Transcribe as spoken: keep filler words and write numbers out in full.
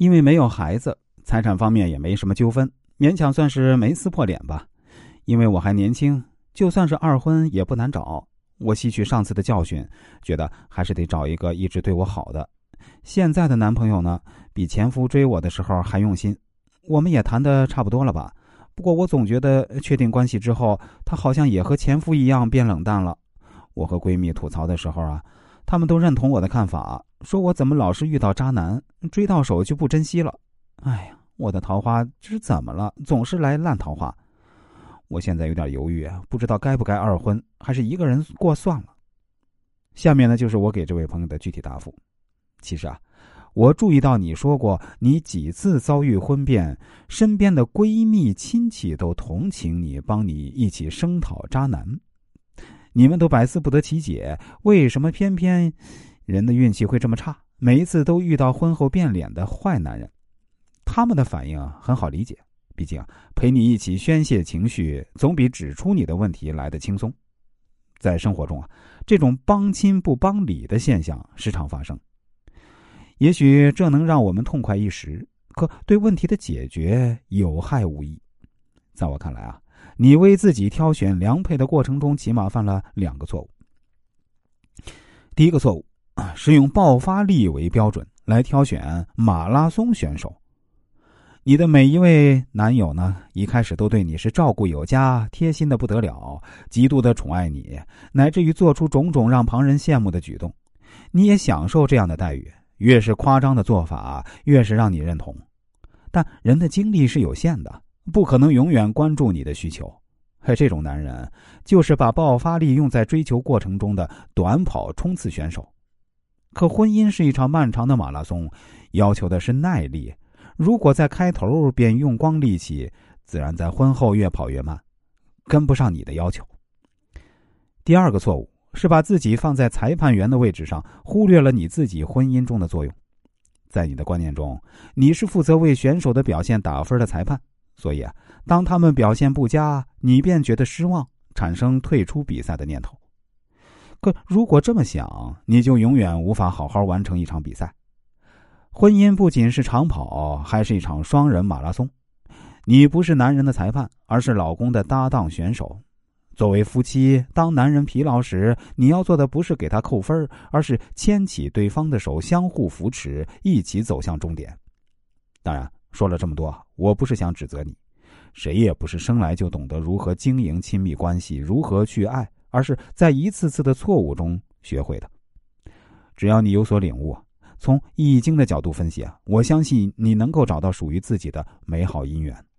因为没有孩子，财产方面也没什么纠纷，勉强算是没撕破脸吧。因为我还年轻，就算是二婚也不难找。我吸取上次的教训，觉得还是得找一个一直对我好的。现在的男朋友呢，比前夫追我的时候还用心。我们也谈得差不多了吧，不过我总觉得确定关系之后，他好像也和前夫一样变冷淡了。我和闺蜜吐槽的时候啊，他们都认同我的看法，说我怎么老是遇到渣男，追到手就不珍惜了。哎呀，我的桃花这是怎么了，总是来烂桃花。我现在有点犹豫，不知道该不该二婚，还是一个人过算了。下面呢，就是我给这位朋友的具体答复。其实啊，我注意到你说过，你几次遭遇婚变，身边的闺蜜亲戚都同情你，帮你一起声讨渣男。你们都百思不得其解，为什么偏偏人的运气会这么差，每一次都遇到婚后变脸的坏男人？他们的反应啊很好理解，毕竟陪你一起宣泄情绪，总比指出你的问题来得轻松。在生活中啊，这种帮亲不帮理的现象时常发生。也许这能让我们痛快一时，可对问题的解决有害无益。在我看来啊，你为自己挑选良配的过程中，起码犯了两个错误。第一个错误是用爆发力为标准来挑选马拉松选手。你的每一位男友呢，一开始都对你是照顾有加，贴心的不得了，极度的宠爱你，乃至于做出种种让旁人羡慕的举动。你也享受这样的待遇，越是夸张的做法，越是让你认同。但人的精力是有限的，不可能永远关注你的需求。这种男人就是把爆发力用在追求过程中的短跑冲刺选手。可婚姻是一场漫长的马拉松，要求的是耐力。如果在开头便用光力气，自然在婚后越跑越慢，跟不上你的要求。第二个错误是把自己放在裁判员的位置上，忽略了你自己婚姻中的作用。在你的观念中，你是负责为选手的表现打分的裁判，所以啊，当他们表现不佳，你便觉得失望，产生退出比赛的念头。可如果这么想，你就永远无法好好完成一场比赛。婚姻不仅是长跑，还是一场双人马拉松。你不是男人的裁判，而是老公的搭档选手。作为夫妻，当男人疲劳时，你要做的不是给他扣分，而是牵起对方的手，相互扶持，一起走向终点。当然，说了这么多，我不是想指责你，谁也不是生来就懂得如何经营亲密关系，如何去爱，而是在一次次的错误中学会的。只要你有所领悟，从易经的角度分析啊，我相信你能够找到属于自己的美好姻缘。